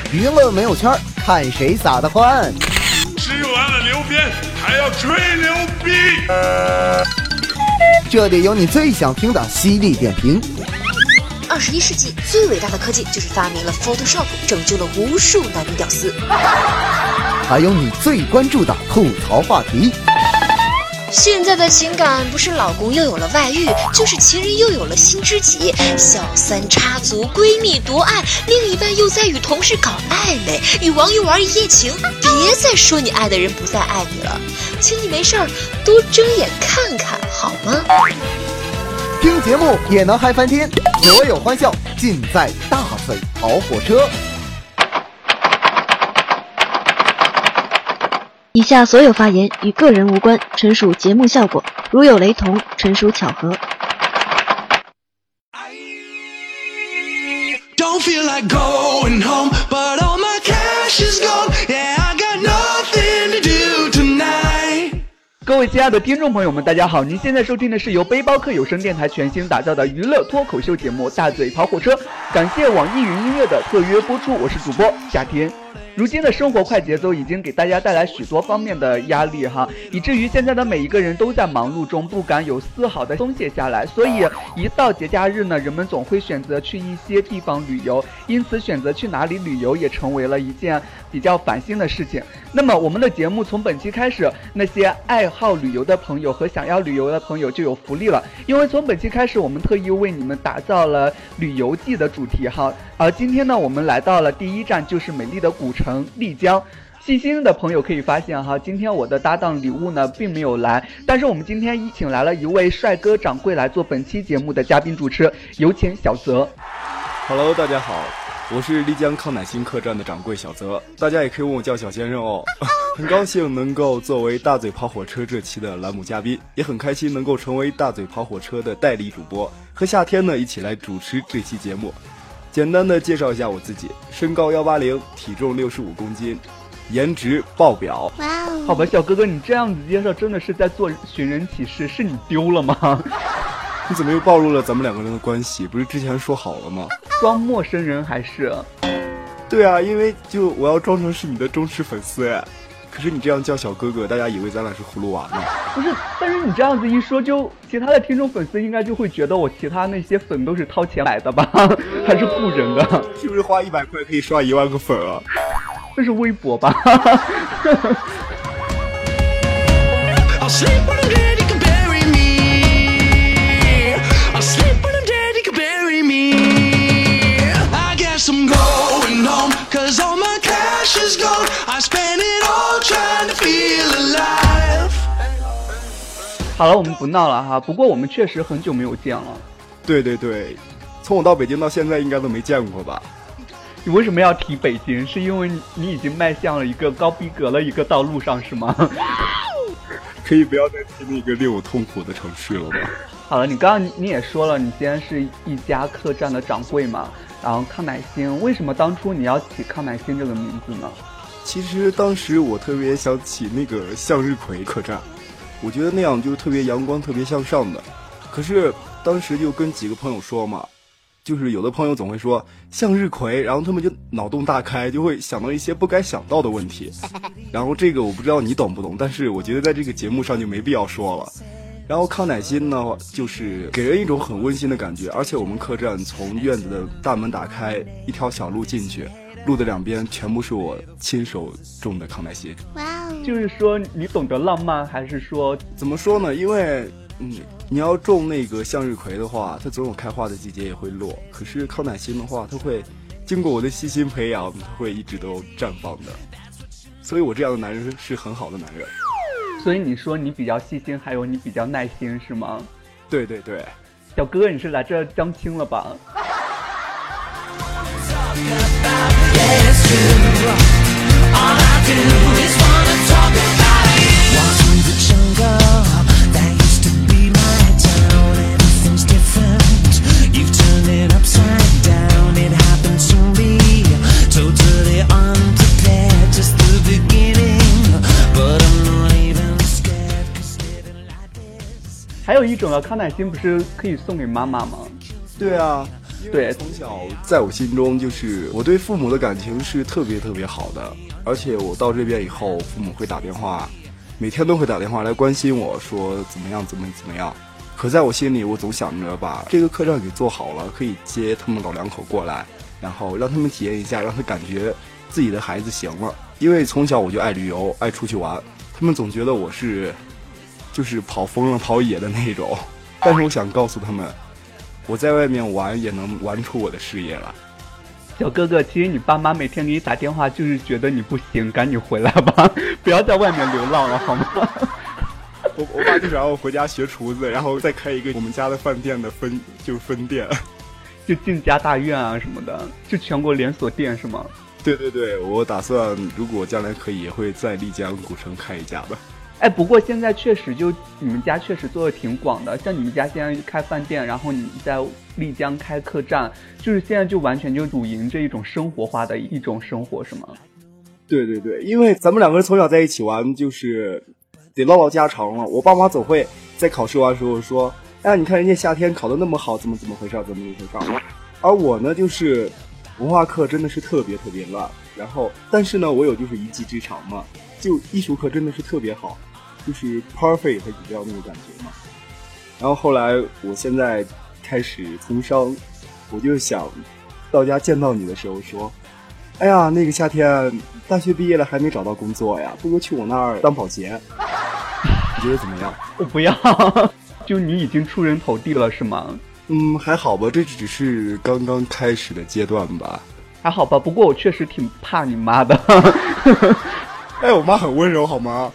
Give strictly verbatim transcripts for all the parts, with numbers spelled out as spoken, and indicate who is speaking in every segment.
Speaker 1: 娱乐没有圈，看谁撒的欢。
Speaker 2: 吃完了牛鞭，还要吹牛逼。
Speaker 1: 这里有你最想听的犀利点评。
Speaker 3: 二十一世纪最伟大的科技就是发明了 Photoshop， 拯救了无数男女屌丝。
Speaker 1: 还有你最关注的吐槽话题。
Speaker 3: 现在的情感不是老公又有了外遇，就是情人又有了新知己，小三插足，闺蜜夺爱，另一半又在与同事搞暧昧，与网友玩一夜情。别再说你爱的人不再爱你了，请你没事儿多睁眼看看好吗？
Speaker 1: 听节目也能嗨翻天，所有欢笑尽在大嘴跑火车。
Speaker 4: 以下所有发言与个人无关，纯属节目效果，如有雷同，纯属巧合。Don't feel like going home, but all my cash is gone. Yeah, I got nothing to do tonight.
Speaker 5: 各位亲爱的听众朋友们，大家好！您现在收听的是由背包客有声电台全新打造的娱乐脱口秀节目《大嘴跑火车》，感谢网易云音乐的特约播出，我是主播夏天。如今的生活快节奏已经给大家带来许多方面的压力哈，以至于现在的每一个人都在忙碌中不敢有丝毫的松懈下来，所以一到节假日呢，人们总会选择去一些地方旅游，因此选择去哪里旅游也成为了一件比较烦心的事情。那么我们的节目从本期开始，那些爱好旅游的朋友和想要旅游的朋友就有福利了，因为从本期开始我们特意为你们打造了旅游季的主题哈。而今天呢，我们来到了第一站，就是美丽的古城丽江。细心的朋友可以发现哈，今天我的搭档礼物呢并没有来，但是我们今天请来了一位帅哥掌柜来做本期节目的嘉宾主持，有请小泽。
Speaker 6: Hello， 大家好，我是丽江康乃馨客栈的掌柜小泽，大家也可以问我叫小先生哦。很高兴能够作为大嘴跑火车这期的栏目嘉宾，也很开心能够成为大嘴跑火车的代理主播，和夏天呢一起来主持这期节目。简单的介绍一下我自己，身高一八零，体重六十五公斤，颜值爆表。
Speaker 3: 哇哦！
Speaker 5: 好吧，小哥哥，你这样子介绍真的是在做寻人启事，是你丢了吗？
Speaker 6: 你怎么又暴露了咱们两个人的关系？不是之前说好了吗？
Speaker 5: 装陌生人还是？
Speaker 6: 对啊，因为就我要装成是你的忠实粉丝哎。可是你这样叫小哥哥，大家以为咱俩是葫芦娃呢。
Speaker 5: 不是，但是你这样子一说，就其他的听众粉丝应该就会觉得我其他那些粉都是掏钱买的吧，还是雇人的？
Speaker 6: 是不是花一百块可以刷一万个粉啊？
Speaker 5: 这是微博吧？好了，我们不闹了哈。不过我们确实很久没有见了。
Speaker 6: 对对对，从我到北京到现在应该都没见过吧？
Speaker 5: 你为什么要提北京？是因为你已经迈向了一个高逼格了一个道路上是吗？
Speaker 6: 可以不要再提那个令我痛苦的城市了吗？
Speaker 5: 好了，你刚刚你也说了，你现在是一家客栈的掌柜嘛，然后康乃馨，为什么当初你要起康乃馨这个名字呢？
Speaker 6: 其实当时我特别想起那个向日葵客栈，我觉得那样就特别阳光特别向上的。可是当时就跟几个朋友说嘛，就是有的朋友总会说向日葵，然后他们就脑洞大开，就会想到一些不该想到的问题。然后这个我不知道你懂不懂，但是我觉得在这个节目上就没必要说了。然后康乃馨呢，就是给人一种很温馨的感觉，而且我们客栈从院子的大门打开，一条小路进去，路的两边全部是我亲手种的康乃馨。
Speaker 3: 哇哦！
Speaker 5: 就是说你懂得浪漫，还是说
Speaker 6: 怎么说呢？因为嗯，你要种那个向日葵的话，它总有开花的季节也会落。可是康乃馨的话，它会经过我的细心培养，它会一直都绽放的。所以我这样的男人是很好的男人。
Speaker 5: 所以你说你比较细心，还有你比较耐心是吗？
Speaker 6: 对对对。
Speaker 5: 小哥，你是来这相亲了吧？还有一种啊，康乃馨不是可以送给妈妈吗？
Speaker 6: 对啊，
Speaker 5: 对，
Speaker 6: 从小在我心中就是我对父母的感情是特别特别好的，而且我到这边以后，父母会打电话，每天都会打电话来关心我说怎么样怎么怎么样。可在我心里，我总想着把这个客栈给做好了，可以接他们老两口过来，然后让他们体验一下，让他感觉自己的孩子行了。因为从小我就爱旅游，爱出去玩，他们总觉得我是就是跑疯了跑野的那种，但是我想告诉他们，我在外面玩也能玩出我的事业来。
Speaker 5: 小哥哥，其实你爸妈每天给你打电话就是觉得你不行，赶紧回来吧，不要在外面流浪了好吗？
Speaker 6: 我我爸就想让我回家学厨子，然后再开一个我们家的饭店的分就是分店，
Speaker 5: 就进家大院啊什么的，就全国连锁店是吗？
Speaker 6: 对对对，我打算如果将来可以，也会在丽江古城开一家的。
Speaker 5: 哎，不过现在确实就你们家确实做的挺广的，像你们家现在开饭店，然后你在丽江开客栈，就是现在就完全就主营这一种生活化的一种生活是吗？
Speaker 6: 对对对，因为咱们两个人从小在一起玩，就是得唠唠家常了。我爸妈总会在考试完的时候说，哎呀，你看人家夏天考得那么好，怎么怎么回事怎么怎么回事。而我呢，就是文化课真的是特别特别烂，然后但是呢，我有就是一技之长嘛，就艺术课真的是特别好，就是 perfect 你知道那种感觉嘛。然后后来我现在开始从商，我就想到家见到你的时候说，哎呀，那个夏天大学毕业了还没找到工作呀，不如去我那儿当保洁，你觉得怎么样？
Speaker 5: 我不要，就你已经出人头地了是吗？
Speaker 6: 嗯，还好吧，这只是刚刚开始的阶段吧。
Speaker 5: 还好吧，不过我确实挺怕你妈的。
Speaker 6: 哎，我妈很温柔好吗？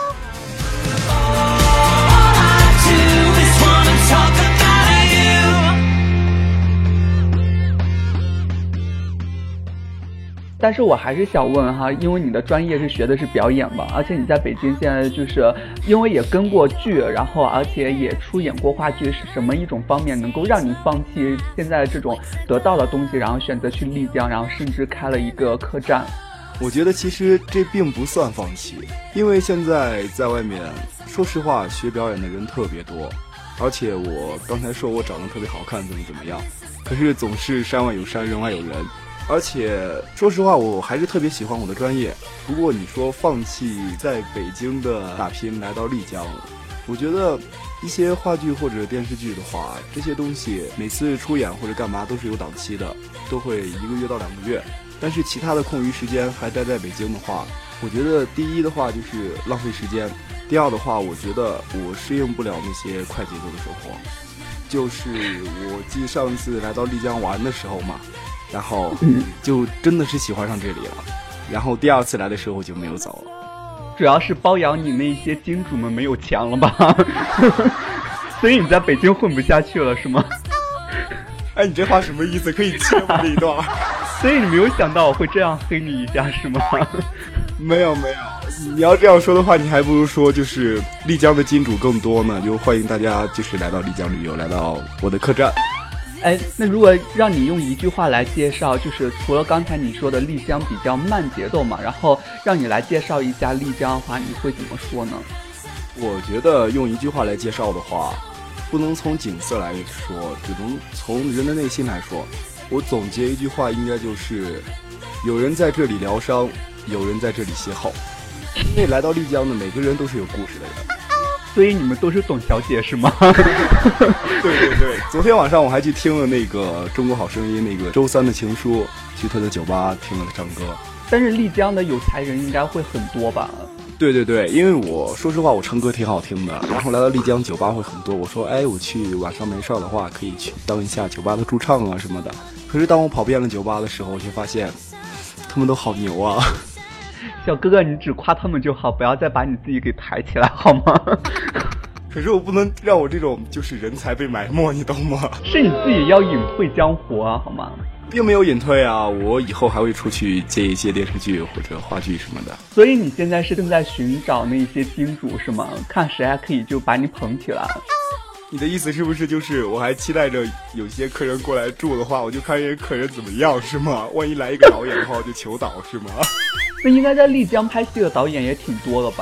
Speaker 5: 但是我还是想问哈，因为你的专业是学的是表演嘛，而且你在北京现在就是因为也跟过剧，然后而且也出演过话剧，是什么一种方面能够让你放弃现在这种得到的东西，然后选择去丽江，然后甚至开了一个客栈？
Speaker 6: 我觉得其实这并不算放弃，因为现在在外面，说实话，学表演的人特别多，而且我刚才说我长得特别好看，怎么怎么样，可是总是山外有山，人外有人。而且说实话，我还是特别喜欢我的专业。不过你说放弃在北京的打拼来到丽江，我觉得一些话剧或者电视剧的话，这些东西每次出演或者干嘛都是有档期的，都会一个月到两个月。但是其他的空余时间还待在北京的话，我觉得第一的话就是浪费时间，第二的话，我觉得我适应不了那些快节奏的生活。就是我记得上次来到丽江玩的时候嘛，然后就真的是喜欢上这里了，然后第二次来的时候就没有走了。
Speaker 5: 主要是包养你那些金主们没有钱了吧？所以你在北京混不下去了是吗？
Speaker 6: 哎，你这话什么意思？可以切吗这一段？
Speaker 5: 所以你没有想到我会这样黑你一下是吗？
Speaker 6: 没有没有，你要这样说的话，你还不如说就是丽江的金主更多呢，就欢迎大家就是来到丽江旅游，来到我的客栈。
Speaker 5: 哎，那如果让你用一句话来介绍，就是除了刚才你说的丽江比较慢节奏嘛，然后让你来介绍一下丽江的话，你会怎么说呢？
Speaker 6: 我觉得用一句话来介绍的话，不能从景色来说，只能从人的内心来说。我总结一句话，应该就是有人在这里疗伤，有人在这里邂逅。因为来到丽江的每个人都是有故事的人。
Speaker 5: 所以你们都是董小姐是吗？
Speaker 6: 对对对，昨天晚上我还去听了那个《中国好声音》那个周三的情书，去他的酒吧听了他唱歌。
Speaker 5: 但是丽江的有才人应该会很多吧？
Speaker 6: 对对对，因为我说实话，我唱歌挺好听的，然后来到丽江酒吧会很多。我说，哎，我去晚上没事的话，可以去当一下酒吧的驻唱啊什么的。可是当我跑遍了酒吧的时候，我就发现他们都好牛啊。
Speaker 5: 小哥哥，你只夸他们就好，不要再把你自己给抬起来好吗？
Speaker 6: 可是我不能让我这种就是人才被埋没，你懂吗？
Speaker 5: 是你自己要隐退江湖啊，好吗？
Speaker 6: 并没有隐退啊，我以后还会出去接一些电视剧或者话剧什么的。
Speaker 5: 所以你现在是正在寻找那些金主是吗？看谁还可以就把你捧起来。
Speaker 6: 你的意思是不是就是我还期待着有些客人过来住的话，我就看人客人怎么样是吗？万一来一个导演的话，我就求导是吗？
Speaker 5: 那应该在丽江拍戏的导演也挺多的吧？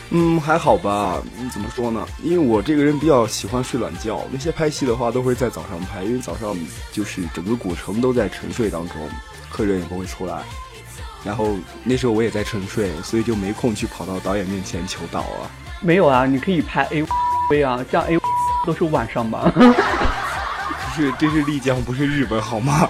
Speaker 6: 嗯，还好吧。嗯，怎么说呢？因为我这个人比较喜欢睡懒觉，那些拍戏的话都会在早上拍，因为早上就是整个古城都在沉睡当中，客人也不会出来。然后那时候我也在沉睡，所以就没空去跑到导演面前求导啊。
Speaker 5: 没有啊，你可以拍 A V 啊，这样 A V 都是晚上吧。
Speaker 6: 可是这是丽江，不是日本，好吗？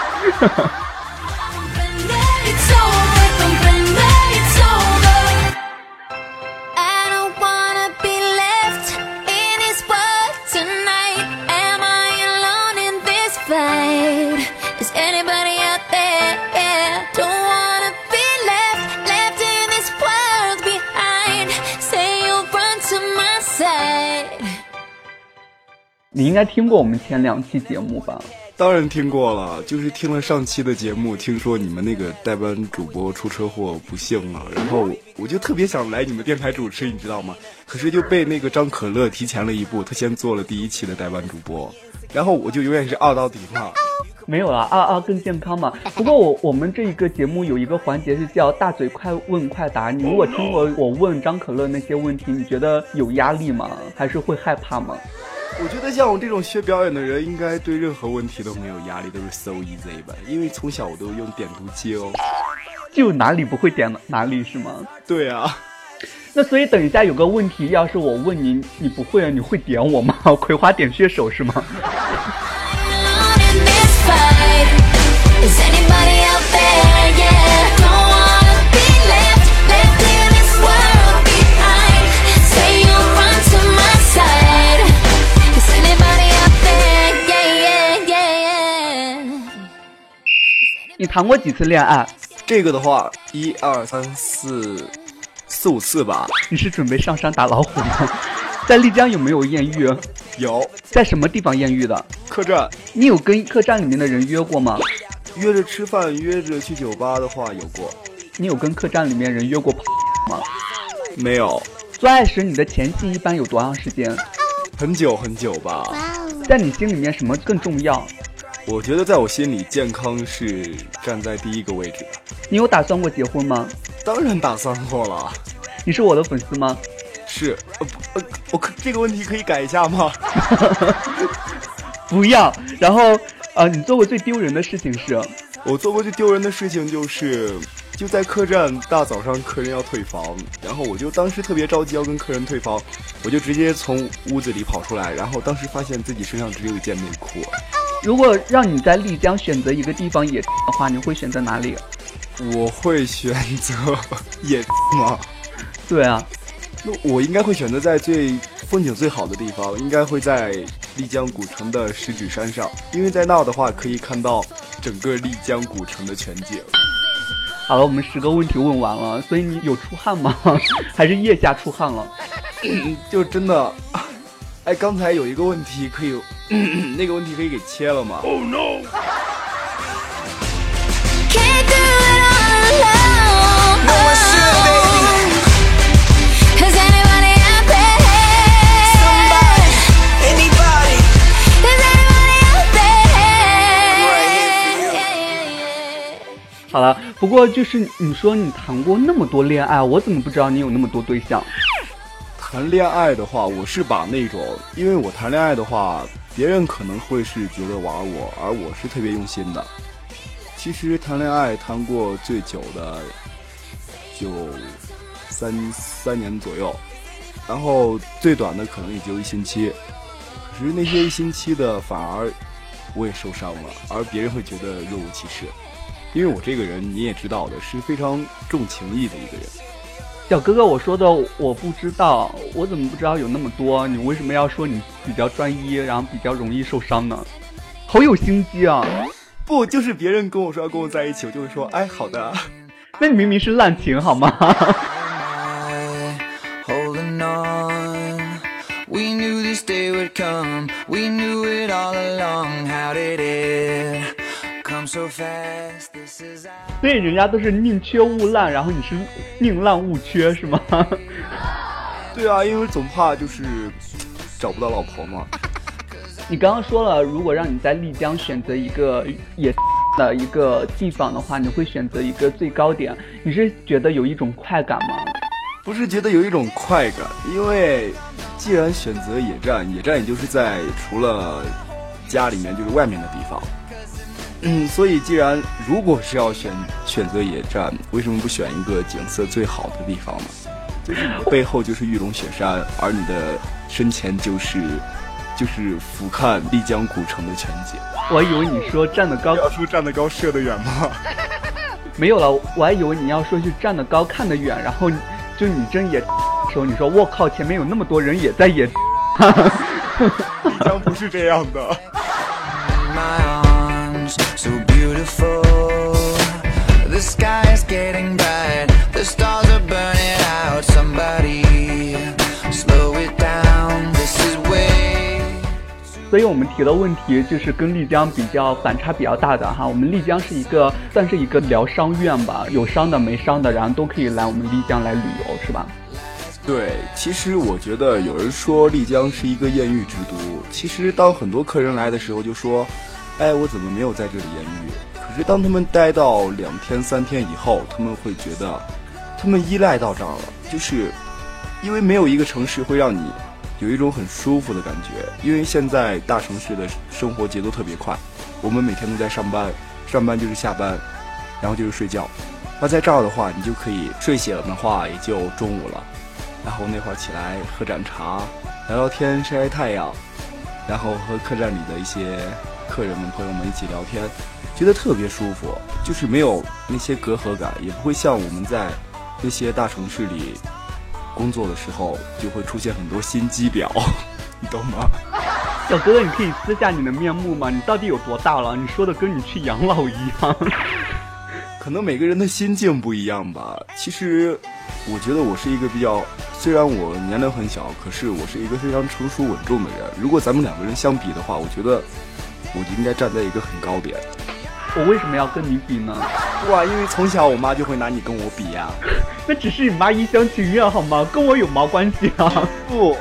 Speaker 5: 你应该听过我们前两期节目吧？
Speaker 6: 当然听过了，就是听了上期的节目，听说你们那个代班主播出车祸不幸了，然后我就特别想来你们电台主持，你知道吗？可是就被那个张可乐提前了一步，他先做了第一期的代班主播，然后我就永远是二到底嘛。
Speaker 5: 没有啦，二二更健康嘛。不过我我们这一个节目有一个环节是叫大嘴快问快答，你如果听过我问张可乐那些问题，你觉得有压力吗？还是会害怕吗？
Speaker 6: 我觉得像我这种学表演的人，应该对任何问题都没有压力，都是 so easy 吧。因为从小我都用点读机哦，
Speaker 5: 就哪里不会点哪里是吗？
Speaker 6: 对啊。
Speaker 5: 那所以等一下有个问题，要是我问你，你不会啊，你会点我吗？葵花点穴手是吗？你谈过几次恋爱？
Speaker 6: 这个的话，一二三四四五次吧。
Speaker 5: 你是准备上山打老虎吗？在丽江有没有艳遇？
Speaker 6: 有。在
Speaker 5: 什么地方艳遇的？
Speaker 6: 客栈。
Speaker 5: 你有跟客栈里面的人约过吗？
Speaker 6: 约着吃饭，约着去酒吧的话有过。
Speaker 5: 你有跟客栈里面人约过吗？
Speaker 6: 没有。
Speaker 5: 做爱时你的前戏一般有多长时间？
Speaker 6: 很久很久吧。
Speaker 5: 在你心里面什么更重要？
Speaker 6: 我觉得在我心里，健康是站在第一个位置的。
Speaker 5: 你有打算过结婚吗？
Speaker 6: 当然打算过了。
Speaker 5: 你是我的粉丝吗？
Speaker 6: 是。呃不，呃，我可这个问题可以改一下吗？
Speaker 5: 不要。然后，呃，你做过最丢人的事情是？
Speaker 6: 我做过最丢人的事情就是，就在客栈大早上客人要退房，然后我就当时特别着急要跟客人退房，我就直接从屋子里跑出来，然后当时发现自己身上只有一件内裤。
Speaker 5: 如果让你在丽江选择一个地方野的话，你会选择哪里？
Speaker 6: 我会选择野吗？
Speaker 5: 对啊。
Speaker 6: 那我应该会选择在最风景最好的地方，应该会在丽江古城的石举山上，因为在那的话可以看到整个丽江古城的全景。
Speaker 5: 好了，我们十个问题问完了，所以你有出汗吗？还是腋下出汗了？
Speaker 6: 就真的，哎，刚才有一个问题可以，那个问题可以给切了吗？
Speaker 2: Oh no！
Speaker 5: 好了，不过就是你说你谈过那么多恋爱，我怎么不知道你有那么多对象？
Speaker 6: 谈恋爱的话，我是把那种，因为我谈恋爱的话，别人可能会是觉得玩我，而我是特别用心的。其实谈恋爱谈过最久的就三三年左右，然后最短的可能也就一星期。可是那些一星期的反而我也受伤了，而别人会觉得若无其事。因为我这个人你也知道的，是非常重情义的一个人。
Speaker 5: 小哥哥，我说的我不知道，我怎么不知道有那么多？你为什么要说你比较专一，然后比较容易受伤呢？好有心机啊！
Speaker 6: 不，就是别人跟我说要跟我在一起，我就会说，哎，好的。
Speaker 5: 那你明明是滥情好吗？所以人家都是宁缺毋滥，然后你是宁滥勿缺是吗？
Speaker 6: 对啊，因为总怕就是找不到老婆嘛。
Speaker 5: 你刚刚说了，如果让你在丽江选择一个野的一个地方的话，你会选择一个最高点，你是觉得有一种快感吗？
Speaker 6: 不是觉得有一种快感，因为既然选择野战，野战也就是在除了家里面就是外面的地方。嗯，所以既然如果是要选选择野战，为什么不选一个景色最好的地方呢？就是你的背后就是玉龙雪山，而你的身前就是就是俯瞰丽江古城的全景。
Speaker 5: 我还以为你说站得高，
Speaker 6: 要说站得高射得远吗？
Speaker 5: 没有了，我还以为你要说去站得高看得远，然后就你真野的时候，你说我靠，前面有那么多人也在野。
Speaker 6: 丽江不是这样的。
Speaker 4: So beautiful, the sky is getting bright, the stars are burning out. Somebody slow it down, this is way.
Speaker 5: 所以我们提的问题就是跟丽江比较反差比较大的哈。我们丽江是一个算是一个疗伤院吧，有伤的没伤的，然后都可以来我们丽江来旅游，是吧？
Speaker 6: 对，其实我觉得有人说丽江是一个艳遇之都，其实当很多客人来的时候就说，哎，我怎么没有在这里艳遇？可是当他们待到两天三天以后，他们会觉得他们依赖到这儿了，就是因为没有一个城市会让你有一种很舒服的感觉。因为现在大城市的生活节奏特别快，我们每天都在上班，上班就是下班，然后就是睡觉。那在这儿的话，你就可以睡醒的话也就中午了，然后那会儿起来喝盏茶，聊聊天，晒晒太阳，然后和客栈里的一些客人们朋友们一起聊天，觉得特别舒服，就是没有那些隔阂感，也不会像我们在那些大城市里工作的时候就会出现很多心机婊，你懂吗？
Speaker 5: 小哥哥，你可以撕下你的面目吗？你到底有多大了？你说的跟你去养老一样。
Speaker 6: 可能每个人的心境不一样吧。其实我觉得我是一个比较，虽然我年龄很小，可是我是一个非常成熟稳重的人。如果咱们两个人相比的话，我觉得我就应该站在一个很高点。
Speaker 5: 我为什么要跟你比呢？
Speaker 6: 哇，因为从小我妈就会拿你跟我比呀、啊。
Speaker 5: 那只是你妈一厢情愿好吗？跟我有毛关系啊？
Speaker 6: 不。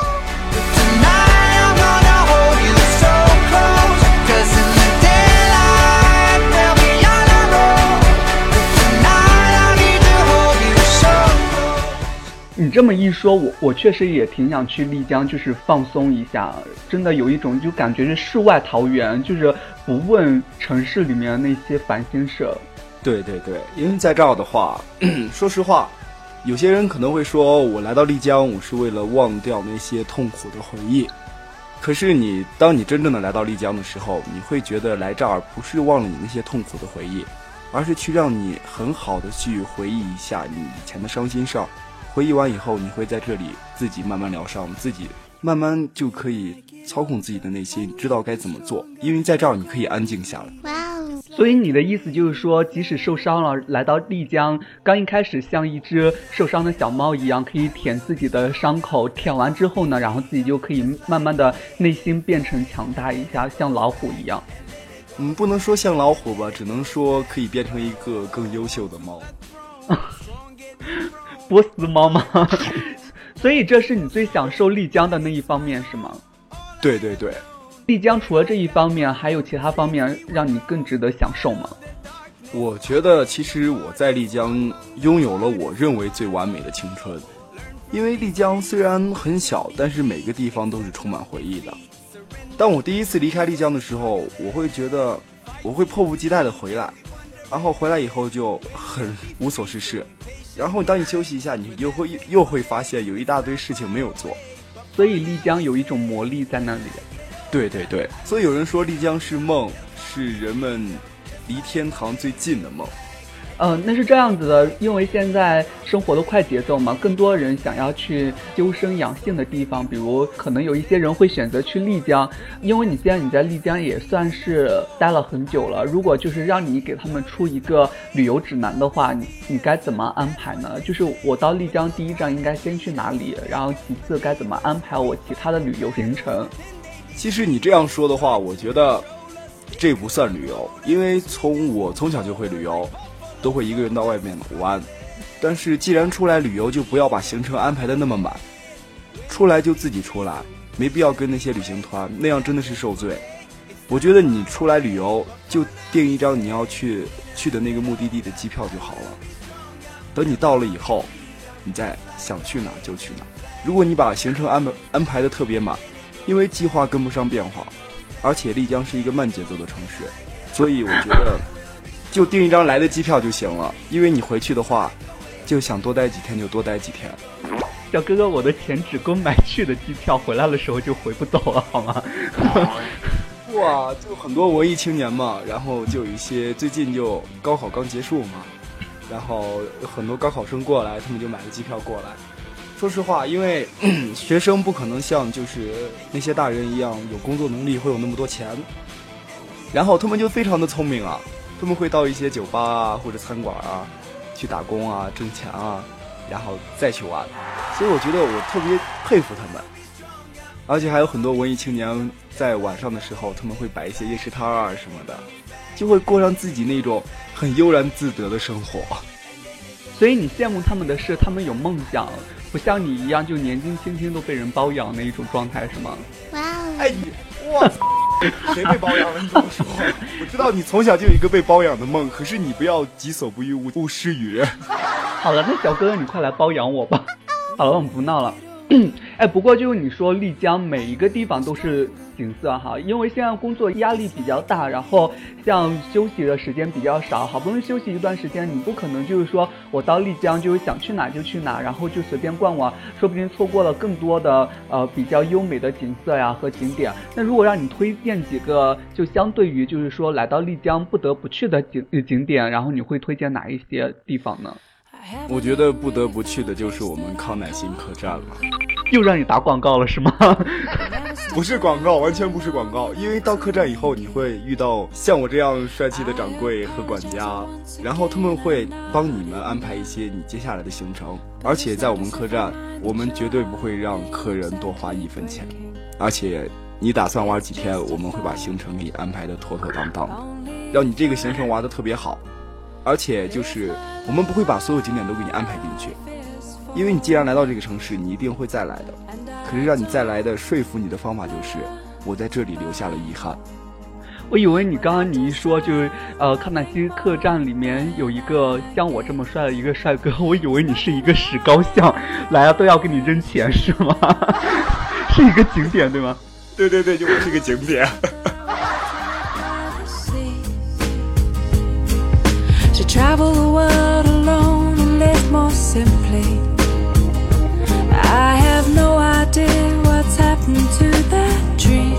Speaker 5: 你这么一说，我我确实也挺想去丽江，就是放松一下，真的有一种就感觉是世外桃源，就是不问城市里面那些烦心事。
Speaker 6: 对对对，因为在这儿的话，说实话，有些人可能会说我来到丽江，我是为了忘掉那些痛苦的回忆。可是你当你真正的来到丽江的时候，你会觉得来这儿不是忘了你那些痛苦的回忆，而是去让你很好的去回忆一下你以前的伤心事儿。回忆完以后，你会在这里自己慢慢疗伤，自己慢慢就可以操控自己的内心，知道该怎么做。因为在这儿你可以安静下来。
Speaker 3: 哇哦！
Speaker 5: 所以你的意思就是说，即使受伤了，来到丽江，刚一开始像一只受伤的小猫一样，可以舔自己的伤口，舔完之后呢，然后自己就可以慢慢的内心变成强大一下，像老虎一样。
Speaker 6: 嗯，不能说像老虎吧，只能说可以变成一个更优秀的猫。
Speaker 5: 波斯猫吗？所以这是你最享受丽江的那一方面是吗？
Speaker 6: 对对对。
Speaker 5: 丽江除了这一方面，还有其他方面让你更值得享受吗？
Speaker 6: 我觉得其实我在丽江拥有了我认为最完美的青春。因为丽江虽然很小，但是每个地方都是充满回忆的。当我第一次离开丽江的时候，我会觉得我会迫不及待的回来，然后回来以后就很无所事事，然后当你休息一下，你又会又会发现有一大堆事情没有做。
Speaker 5: 所以丽江有一种魔力在那里。
Speaker 6: 对对对，所以有人说丽江是梦，是人们离天堂最近的梦。
Speaker 5: 呃，那是这样子的，因为现在生活的快节奏嘛，更多人想要去修身养性的地方，比如可能有一些人会选择去丽江，因为你现在你在丽江也算是待了很久了，如果就是让你给他们出一个旅游指南的话，你你该怎么安排呢？就是我到丽江第一站应该先去哪里，然后其次该怎么安排我其他的旅游行程？
Speaker 6: 其实你这样说的话，我觉得这不算旅游，因为从我从小就会旅游，都会一个人到外面玩。但是既然出来旅游，就不要把行程安排的那么满，出来就自己出来，没必要跟那些旅行团，那样真的是受罪。我觉得你出来旅游就订一张你要去去的那个目的地的机票就好了，等你到了以后你再想去哪就去哪。如果你把行程安排安排的特别满，因为计划跟不上变化，而且丽江是一个慢节奏的城市，所以我觉得就订一张来的机票就行了，因为你回去的话就想多待几天就多待几天。
Speaker 5: 小哥哥，我的钱只够买去的机票，回来的时候就回不走了，好吗？
Speaker 6: 哇，就很多文艺青年嘛，然后就有一些最近就高考刚结束嘛，然后有很多高考生过来，他们就买了机票过来。说实话，因为学生不可能像就是那些大人一样有工作能力，会有那么多钱，然后他们就非常的聪明啊，他们会到一些酒吧啊或者餐馆啊去打工啊挣钱啊，然后再去玩。所以我觉得我特别佩服他们。而且还有很多文艺青年在晚上的时候，他们会摆一些夜市摊啊什么的，就会过上自己那种很悠然自得的生活。
Speaker 5: 所以你羡慕他们的是他们有梦想，不像你一样就年纪轻轻都被人包养那一种状态，是吗？
Speaker 3: 哇哦！
Speaker 6: 哎你，哇，谁被包养了？你跟我说，我知道你从小就有一个被包养的梦，可是你不要己所不欲，勿勿施于人。
Speaker 5: 好了，那小哥哥你快来包养我吧。好了，我们不闹了。哎，不过就是你说丽江每一个地方都是景色哈，因为现在工作压力比较大，然后像休息的时间比较少，好不容易休息一段时间，你不可能就是说我到丽江就是想去哪就去哪，然后就随便逛逛，说不定错过了更多的呃比较优美的景色呀和景点。那如果让你推荐几个就相对于就是说来到丽江不得不去的景景点，然后你会推荐哪一些地方呢？
Speaker 6: 我觉得不得不去的就是我们康乃馨客栈了。
Speaker 5: 又让你打广告了是吗？
Speaker 6: 不是广告，完全不是广告，因为到客栈以后你会遇到像我这样帅气的掌柜和管家，然后他们会帮你们安排一些你接下来的行程，而且在我们客栈我们绝对不会让客人多花一分钱，而且你打算玩几天，我们会把行程给你安排的妥妥当当的，让你这个行程玩的特别好。而且就是我们不会把所有景点都给你安排进去，因为你既然来到这个城市，你一定会再来的。可是让你再来的说服你的方法就是，我在这里留下了遗憾。
Speaker 5: 我以为你刚刚你一说就是呃康乃馨客栈里面有一个像我这么帅的一个帅哥，我以为你是一个石膏像，来了都要给你扔钱是吗？是一个景点对吗？
Speaker 6: 对对对，就是个景点。
Speaker 7: To travel the world alone and live more simply. I have no idea what's happened to that dream,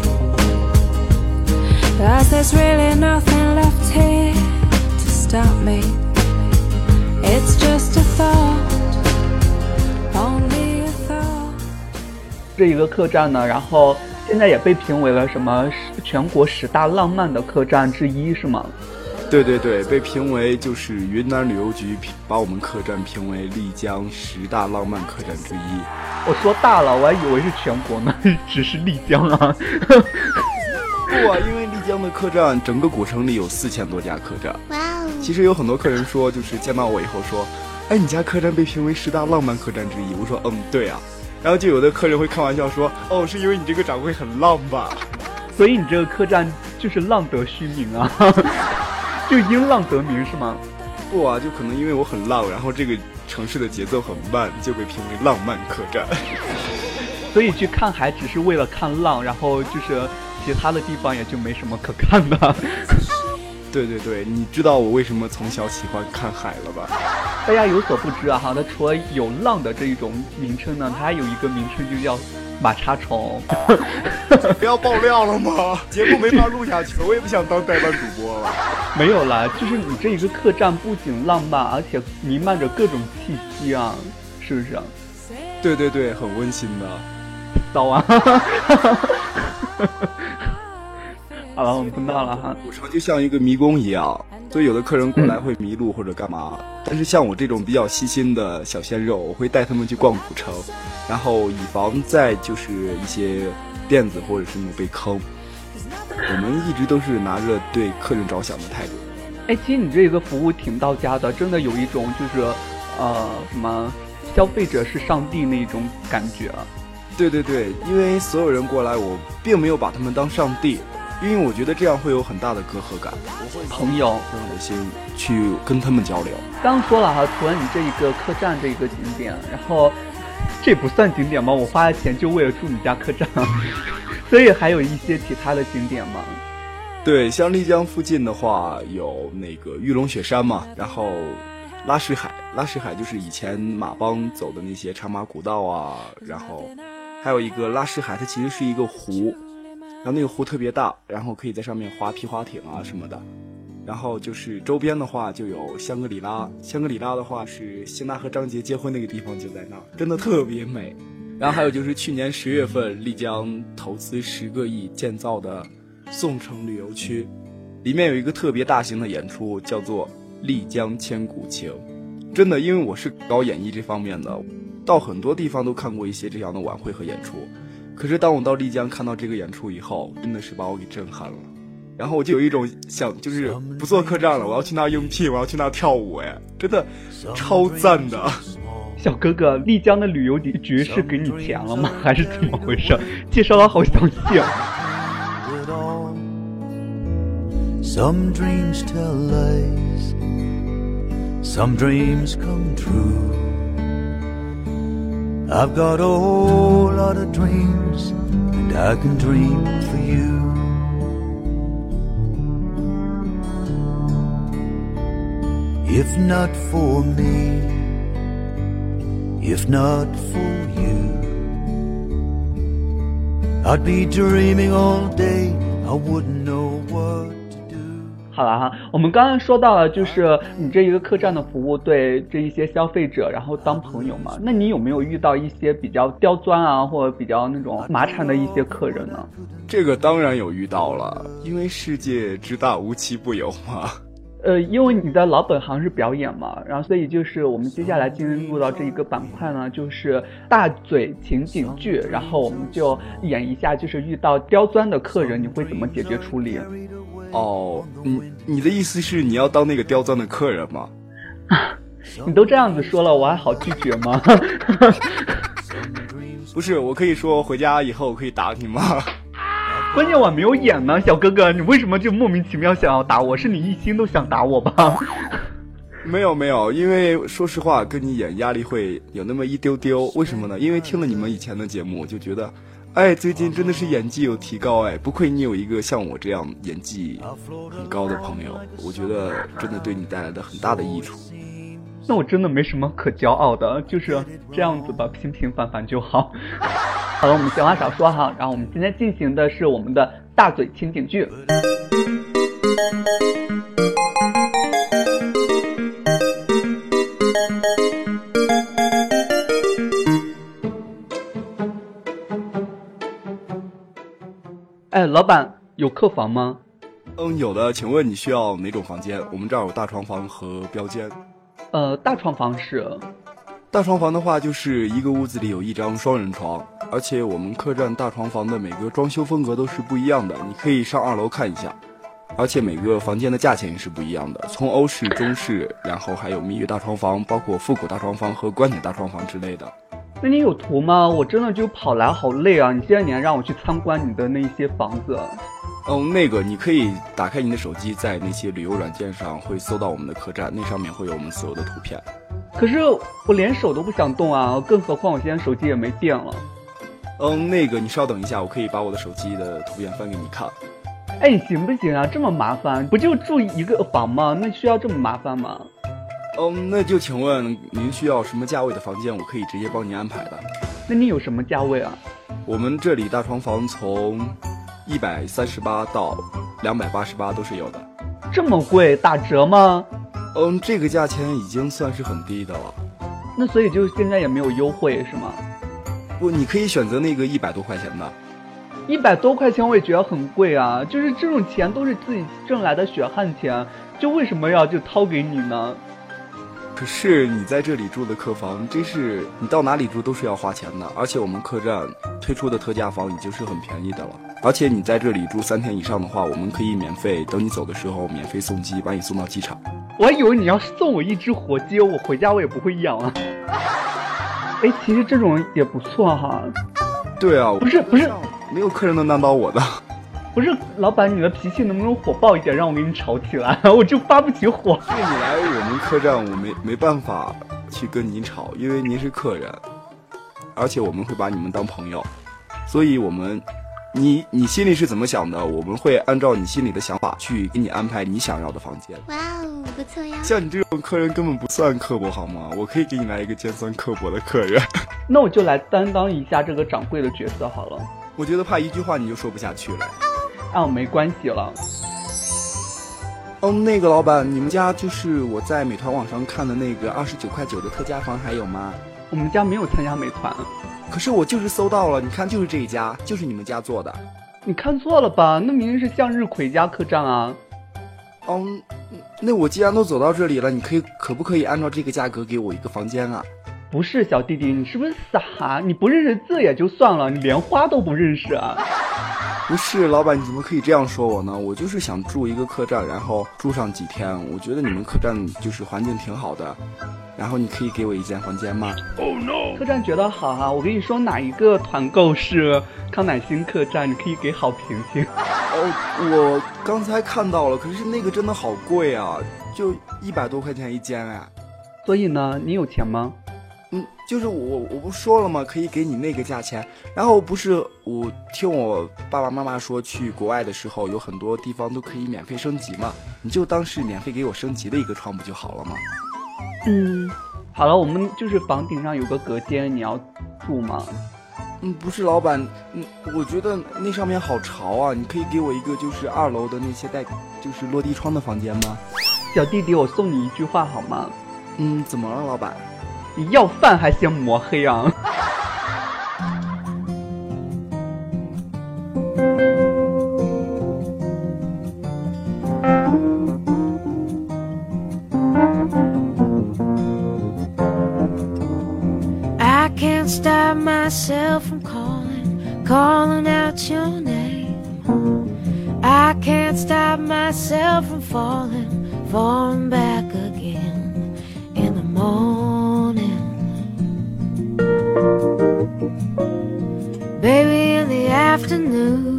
Speaker 7: 'cause there's really nothing left here to stop me. It's just a thought, only a thought.
Speaker 5: 这一个客栈呢，然后现在也被评为了什么全国十大浪漫的客栈之一是吗？
Speaker 6: 对对对，被评为就是云南旅游局把我们客栈评为丽江十大浪漫客栈之一。
Speaker 5: 我说大了，我还以为是全国呢，只是丽江啊。
Speaker 6: 不啊，因为丽江的客栈整个古城里有四千多家客栈。哇哦！其实有很多客人说，就是见到我以后说，哎，你家客栈被评为十大浪漫客栈之一。我说，嗯，对啊。然后就有的客人会开玩笑说，哦，是因为你这个掌柜很浪吧？
Speaker 5: 所以你这个客栈就是浪得虚名啊。就因浪得名是吗？
Speaker 6: 不啊，就可能因为我很浪，然后这个城市的节奏很慢，就被评为浪漫客栈。
Speaker 5: 所以去看海只是为了看浪，然后就是其他的地方也就没什么可看的。
Speaker 6: 对对对，你知道我为什么从小喜欢看海了吧？
Speaker 5: 大家有所不知啊，哈，它除了有浪的这一种名称呢，它还有一个名称就叫马叉虫。
Speaker 6: 不要爆料了吗？节目没法录下去了，我也不想当代班主播了。
Speaker 5: 没有啦，就是你这一个客栈不仅浪漫，而且弥漫着各种气息啊，是不是？
Speaker 6: 对对对，很温馨的。
Speaker 5: 骚啊！好了，我们不闹了哈。
Speaker 6: 古城就像一个迷宫一样，所以有的客人过来会迷路或者干嘛。嗯、但是像我这种比较细心的小鲜肉，我会带他们去逛古城，然后以防再就是一些垫子或者是那种被坑。我们一直都是拿着对客人着想的态度。
Speaker 5: 哎，其实你这个服务挺到家的，真的有一种就是呃什么消费者是上帝那种感觉。
Speaker 6: 对对对，因为所有人过来，我并没有把他们当上帝。 因为我觉得这样会有很大的隔阂感，我会
Speaker 5: 朋友
Speaker 6: 我的心去跟他们交流。
Speaker 5: 刚刚说了哈，除了你这一个客栈这一个景点，然后这不算景点吗？我花了钱就为了住你家客栈，所以还有一些其他的景点吗？
Speaker 6: 对，像丽江附近的话，有那个玉龙雪山嘛，然后拉什海，拉什海就是以前马帮走的那些长马古道啊，然后还有一个拉什海，它其实是一个湖，然后那个湖特别大，然后可以在上面划皮划艇啊什么的。然后就是周边的话就有香格里拉，香格里拉的话是辛娜和张杰结婚那个地方就在那儿，真的特别美。然后还有就是去年十月份丽江投资十个亿建造的宋城旅游区，里面有一个特别大型的演出叫做丽江千古情。真的，因为我是搞演艺这方面的，到很多地方都看过一些这样的晚会和演出，可是当我到丽江看到这个演出以后，真的是把我给震撼了。然后我就有一种想，就是不做客栈了，我要去那应聘，我要去那跳舞，哎，真的超赞的。
Speaker 5: 小哥哥，丽江的旅游局是给你钱了吗？还是怎么回事？介绍的好详细啊。
Speaker 4: Some dreams tell lies, some dreams come true. I've got a whole lot of dreams, and I can dream for you. If not for me, if not for you, I'd be dreaming all day, I wouldn't know what to do.
Speaker 5: 好了哈，我们刚刚说到了，就是你这一个客栈的服务对这一些消费者，然后当朋友嘛。那你有没有遇到一些比较刁钻啊，或者比较那种麻缠的一些客人呢？
Speaker 6: 这个当然有遇到了，因为世界之大无奇不有嘛。
Speaker 5: 呃，因为你的老本行是表演嘛，然后所以就是我们接下来进入到这一个板块呢，就是大嘴情景剧，然后我们就演一下，就是遇到刁钻的客人，你会怎么解决处理？
Speaker 6: 哦，你你的意思是你要当那个刁钻的客人吗？
Speaker 5: 你都这样子说了，我还好拒绝吗？
Speaker 6: 不是，我可以说回家以后可以打你吗？
Speaker 5: 关键我没有演呢，小哥哥，你为什么就莫名其妙想要打我？是你一心都想打我吧？
Speaker 6: 没有没有，因为说实话，跟你演压力会有那么一丢丢。为什么呢？因为听了你们以前的节目，我就觉得，哎，最近真的是演技有提高，哎，不愧你有一个像我这样演技很高的朋友，我觉得真的对你带来的很大的益处。
Speaker 5: 那我真的没什么可骄傲的，就是这样子吧，平平凡凡就好。好了，我们闲话少说哈，然后我们今天进行的是我们的大嘴情景剧。哎，老板，有客房吗？
Speaker 6: 嗯，有的，请问你需要哪种房间？我们这儿有大床房和标间。
Speaker 5: 呃，大床房是。
Speaker 6: 大床房的话，就是一个屋子里有一张双人床，而且我们客栈大床房的每个装修风格都是不一样的，你可以上二楼看一下。而且每个房间的价钱也是不一样的，从欧式、中式，然后还有蜜月大床房，包括复古大床房和观点大床房之类的。
Speaker 5: 那你有图吗？我真的就跑来好累啊！你现在你还让我去参观你的那些房子。
Speaker 6: 嗯，那个你可以打开你的手机，在那些旅游软件上会搜到我们的客栈，那上面会有我们所有的图片。
Speaker 5: 可是我连手都不想动啊，更何况我现在手机也没电了。
Speaker 6: 嗯，那个你稍等一下，我可以把我的手机的图片翻给你看。
Speaker 5: 哎，你行不行啊？这么麻烦，不就住一个房吗？那需要这么麻烦吗？
Speaker 6: 嗯，那就请问您需要什么价位的房间，我可以直接帮您安排的。
Speaker 5: 那你有什么价位啊？
Speaker 6: 我们这里大床房从一百三十八到两百八十八都是有的。
Speaker 5: 这么贵，打折吗？
Speaker 6: 嗯，这个价钱已经算是很低的了。
Speaker 5: 那所以就现在也没有优惠是吗？
Speaker 6: 不，你可以选择那个一百多块钱的。
Speaker 5: 一百多块钱我也觉得很贵啊，就是这种钱都是自己挣来的血汗钱，就为什么要就掏给你呢？
Speaker 6: 可是你在这里住的客房，真是你到哪里住都是要花钱的，而且我们客栈推出的特价房已经是很便宜的了。而且你在这里住三天以上的话，我们可以免费等你走的时候免费送鸡，把你送到机场。
Speaker 5: 我还以为你要送我一只活鸡，我回家我也不会养啊。哎，其实这种也不错哈。
Speaker 6: 对啊，
Speaker 5: 不是不是，
Speaker 6: 没有客人能难倒我的。
Speaker 5: 不是，老板，你的脾气能不能火爆一点，让我给你吵起来？我就发不起火。
Speaker 6: 对，你来我们客栈，我没没办法去跟您吵，因为您是客人，而且我们会把你们当朋友，所以我们，你你心里是怎么想的，我们会按照你心里的想法去给你安排你想要的房间。
Speaker 3: 哇哦，不错呀！
Speaker 6: 像你这种客人根本不算刻薄好吗？我可以给你来一个尖酸刻薄的客人。
Speaker 5: 那我就来担当一下这个掌柜的角色好了。
Speaker 6: 我觉得怕一句话你就说不下去了。
Speaker 5: 啊，没关系了。
Speaker 6: 哦，那个老板，你们家就是我在美团网上看的那个二十九块九的特价房还有吗？
Speaker 5: 我们家没有参加美团。
Speaker 6: 可是我就是搜到了，你看就是这一家，就是你们家做的。
Speaker 5: 你看错了吧？那明明是向日葵家客栈啊。
Speaker 6: 嗯，那我既然都走到这里了，你可以可不可以按照这个价格给我一个房间啊？
Speaker 5: 不是，小弟弟，你是不是傻？你不认识字也就算了，你连花都不认识啊？
Speaker 6: 不是，老板，你怎么可以这样说我呢？我就是想住一个客栈，然后住上几天。我觉得你们客栈就是环境挺好的，然后你可以给我一间房间吗？
Speaker 2: Oh no！
Speaker 5: 客栈觉得好哈、啊，我跟你说哪一个团购是康乃馨客栈，你可以给好评星。
Speaker 6: 哦，我刚才看到了，可是那个真的好贵啊，就一百多块钱一间哎。
Speaker 5: 所以呢，你有钱吗？
Speaker 6: 嗯，就是我我不说了吗？可以给你那个价钱。然后不是我听我爸爸妈妈说，去国外的时候有很多地方都可以免费升级嘛，你就当是免费给我升级的一个床不就好了吗？
Speaker 5: 嗯，好了，我们就是房顶上有个隔间，你要住吗？
Speaker 6: 嗯，不是老板，嗯，我觉得那上面好潮啊，你可以给我一个就是二楼的那些带就是落地窗的房间吗？
Speaker 5: 小弟弟，我送你一句话好吗？
Speaker 6: 嗯，怎么了，老板？
Speaker 5: 你要饭还嫌磨黑啊？
Speaker 7: I can't stop myself from calling, calling out your name. I can't stop myself from falling, falling back again in the morning. Baby, in the afternoon.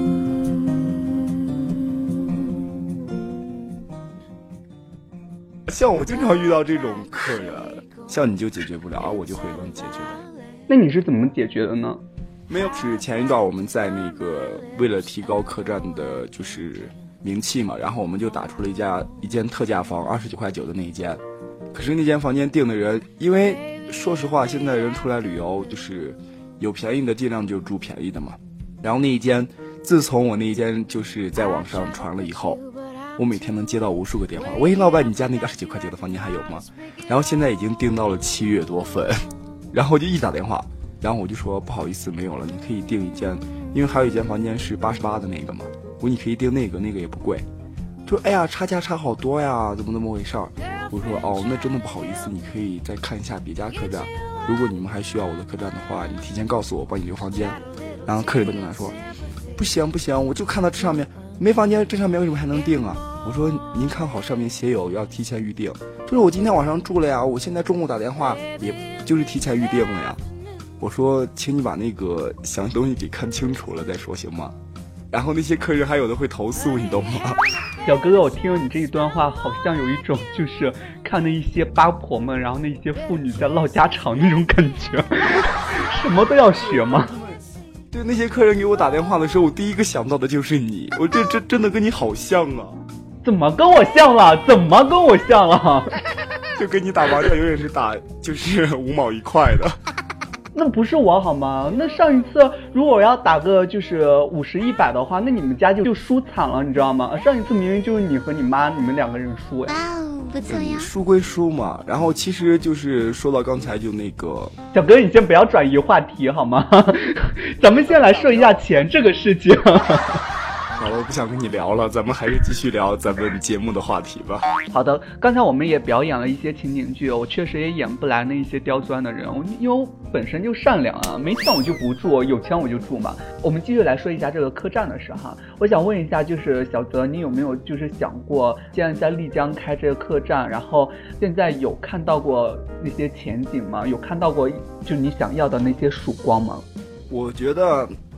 Speaker 6: 像我经常遇到这种客人，像你就解决不了，而我就会能解决的。
Speaker 5: 那你是怎么解决的呢？
Speaker 6: 没有，是前一段我们在那个为了提高客栈的就是名气嘛，然后我们就打出了一家一间特价房，二十九块九的那一间。可是那间房间订的人，因为说实话，现在人出来旅游就是有便宜的尽量就住便宜的嘛。然后那一间，自从我那一间就是在网上传了以后，我每天能接到无数个电话，喂，老板，你家那个二十九块九的房间还有吗？然后现在已经订到了七月多份，然后我就一打电话，然后我就说不好意思没有了，你可以订一间，因为还有一间房间是八十八的那个嘛，我说你可以订那个，那个也不贵。说哎呀，差价差好多呀，怎么那么回事儿？我说哦，那真的不好意思，你可以再看一下别家客栈，如果你们还需要我的客栈的话，你提前告诉我，帮你留房间。然后客人就跟他说，不行不行，我就看到这上面没房间，这上面为什么还能订啊？我说您看好上面写有要提前预定，就是我今天晚上住了呀，我现在中午打电话也就是提前预定了呀。我说请你把那个详细东西给看清楚了再说行吗？然后那些客人还有的会投诉，你懂吗？
Speaker 5: 小哥哥，我听了你这一段话，好像有一种就是看那一些八婆们，然后那些妇女在唠家常那种感觉，什么都要学吗？
Speaker 6: 对，那些客人给我打电话的时候，我第一个想到的就是你，我这这真的跟你好像啊！
Speaker 5: 怎么跟我像了？怎么跟我像了？
Speaker 6: 就跟你打麻将永远是打就是五毛一块的。
Speaker 5: 那不是我好吗？那上一次如果我要打个就是五十一百的话，那你们家就就输惨了，你知道吗？上一次明明就是你和你妈你们两个人输哎。
Speaker 3: 哇哦，不错呀。
Speaker 6: 输归输嘛，然后其实就是说到刚才就那个
Speaker 5: 小哥，你先不要转移话题好吗？咱们先来说一下钱这个事情。
Speaker 6: 好了，我不想跟你聊了，咱们还是继续聊咱们节目的话题吧。
Speaker 5: 好的，刚才我们也表演了一些情景剧，我确实也演不来那一些刁钻的人，因为我本身就善良啊，没钱我就不住，有钱我就住嘛。我们继续来说一下这个客栈的事哈。我想问一下，就是小泽，你有没有就是想过，既然在丽江开这个客栈，然后现在有看到过那些前景吗？有看到过就你想要的那些曙光吗？
Speaker 6: 我觉得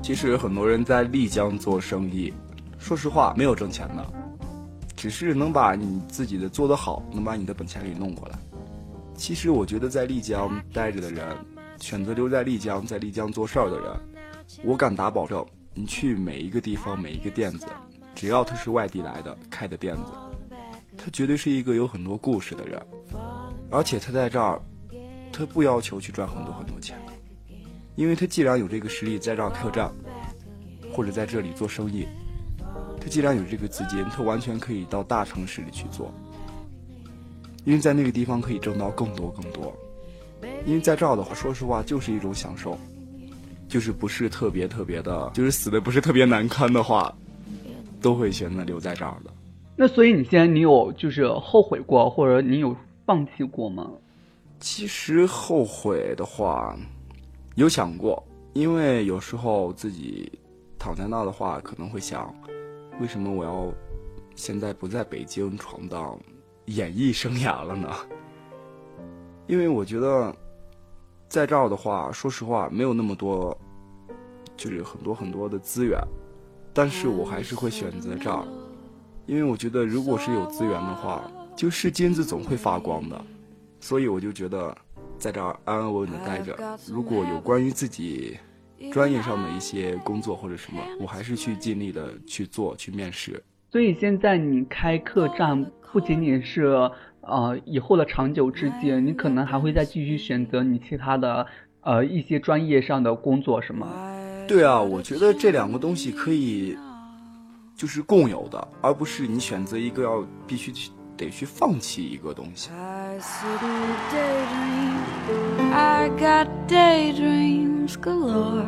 Speaker 6: 其实很多人在丽江做生意，说实话没有挣钱的，只是能把你自己的做得好，能把你的本钱给弄过来。其实我觉得在丽江待着的人，选择留在丽江，在丽江做事儿的人，我敢打保证，你去每一个地方每一个店子，只要他是外地来的开的店子，他绝对是一个有很多故事的人。而且他在这儿，他不要求去赚很多很多钱，因为他既然有这个实力在这儿客栈或者在这里做生意，他既然有这个资金，他完全可以到大城市里去做，因为在那个地方可以挣到更多更多。因为在这儿的话，说实话就是一种享受，就是不是特别特别的，就是死的不是特别难堪的话，都会选择留在这儿的。
Speaker 5: 那所以你现在你有就是后悔过，或者你有放弃过吗？
Speaker 6: 其实后悔的话有想过，因为有时候自己躺在那的话，可能会想，为什么我要现在不在北京闯荡演艺生涯了呢？因为我觉得在这儿的话，说实话没有那么多，就是很多很多的资源，但是我还是会选择这儿，因为我觉得如果是有资源的话，就是金子总会发光的，所以我就觉得在这儿安安稳稳的待着。如果有关于自己专业上的一些工作或者什么，我还是去尽力的去做，去面试。
Speaker 5: 所以现在你开客栈不仅仅是呃以后的长久之计，你可能还会再继续选择你其他的呃一些专业上的工作，是吗？
Speaker 6: 对啊，我觉得这两个东西可以就是共有的，而不是你选择一个要必须去得去放弃一个东西。
Speaker 7: I sit and daydream, I got daydreams galore.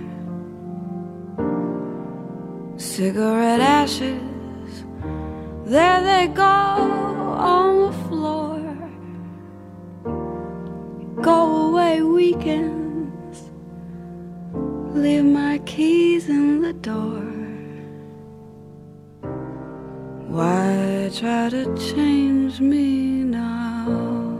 Speaker 7: Cigarette ashes, there they go on the floor. Go away weekends, leave my keys in the door. Why try to change me now?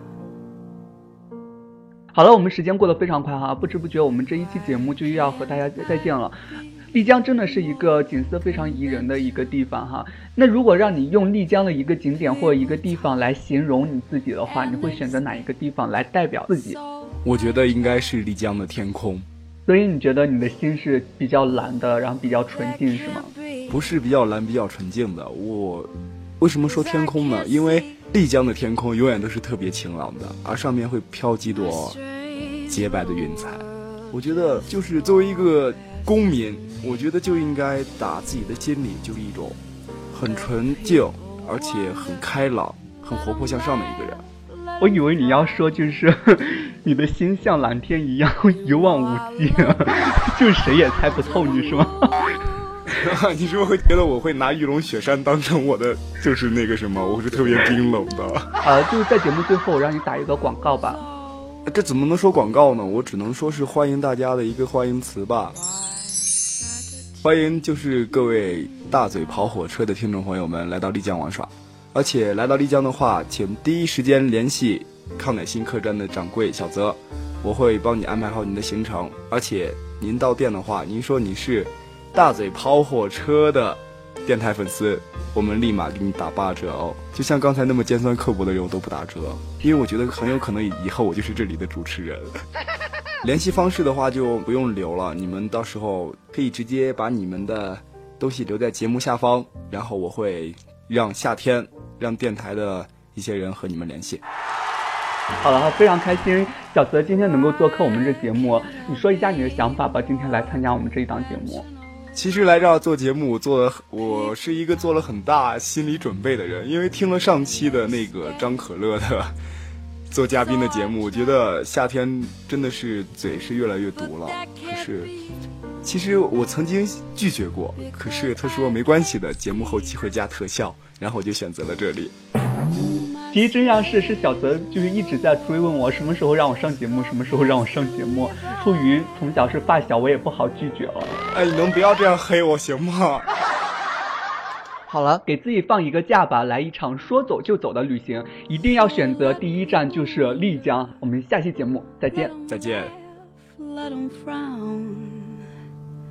Speaker 5: 好了，我们时间过得非常快哈，不知不觉我们这一期节目就要和大家再见了。丽江真的是一个景色非常宜人的一个地方哈。那如果让你用丽江的一个景点或者一个地方来形容你自己的话，你会选择哪一个地方来代表自己？
Speaker 6: 我觉得应该是丽江的天空。
Speaker 5: 所以你觉得你的心是比较蓝的，然后比较纯净是吗？
Speaker 6: 不是比较蓝比较纯净的，我为什么说天空呢？因为丽江的天空永远都是特别晴朗的，而上面会飘几朵洁白的云彩。我觉得就是作为一个公民，我觉得就应该打自己的心里就是一种很纯净而且很开朗很活泼向上的一个人。
Speaker 5: 我以为你要说就是你的心像蓝天一样一望无际，就谁也猜不透你是吗？
Speaker 6: 你是不是会觉得我会拿玉龙雪山当成我的就是那个什么，我是特别冰冷的？
Speaker 5: 呃，就是在节目最后我让你打一个广告吧。
Speaker 6: 这怎么能说广告呢？我只能说是欢迎大家的一个欢迎词吧。欢迎就是各位大嘴跑火车的听众朋友们来到丽江玩耍，而且来到丽江的话，请第一时间联系康乃馨客栈的掌柜小泽，我会帮你安排好你的行程。而且您到店的话，您说你是大嘴跑火车的电台粉丝，我们立马给你打八折哦。就像刚才那么尖酸刻薄的人我都不打折，因为我觉得很有可能以后我就是这里的主持人。联系方式的话就不用留了，你们到时候可以直接把你们的东西留在节目下方，然后我会让夏天让电台的一些人和你们联系。
Speaker 5: 好了，非常开心小泽今天能够做客我们这节目，你说一下你的想法吧，今天来参加我们这一档节目。
Speaker 6: 其实来这儿做节目做了，我是一个做了很大心理准备的人，因为听了上期的那个张可乐的做嘉宾的节目，我觉得夏天真的是嘴是越来越毒了。可是其实我曾经拒绝过，可是他说没关系的，节目后期会加特效，然后我就选择了这里。
Speaker 5: 其实真相是是小泽就是一直在追问我什么时候让我上节目，什么时候让我上节目。出于从小是发小，我也不好拒绝了。
Speaker 6: 哎，你能不要这样黑我行吗？
Speaker 5: 好了，给自己放一个假吧，来一场说走就走的旅行，一定要选择第一站就是丽江。我们下期节目再见，
Speaker 6: 再见。
Speaker 7: Let 'em frown.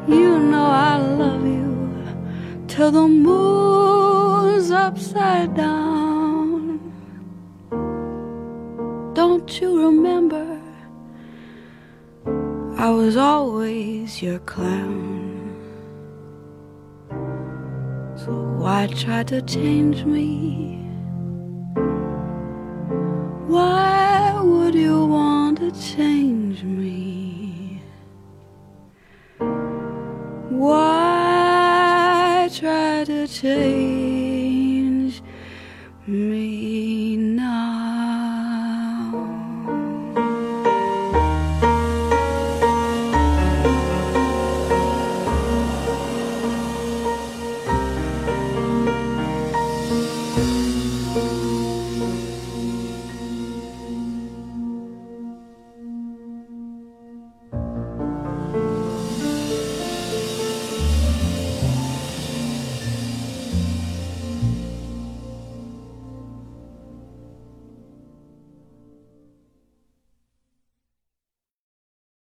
Speaker 7: You know I love you till the moon's upside down. Don't you remember? I was always your clown. So why try to change me? Why would you want to change me? Why try to change me?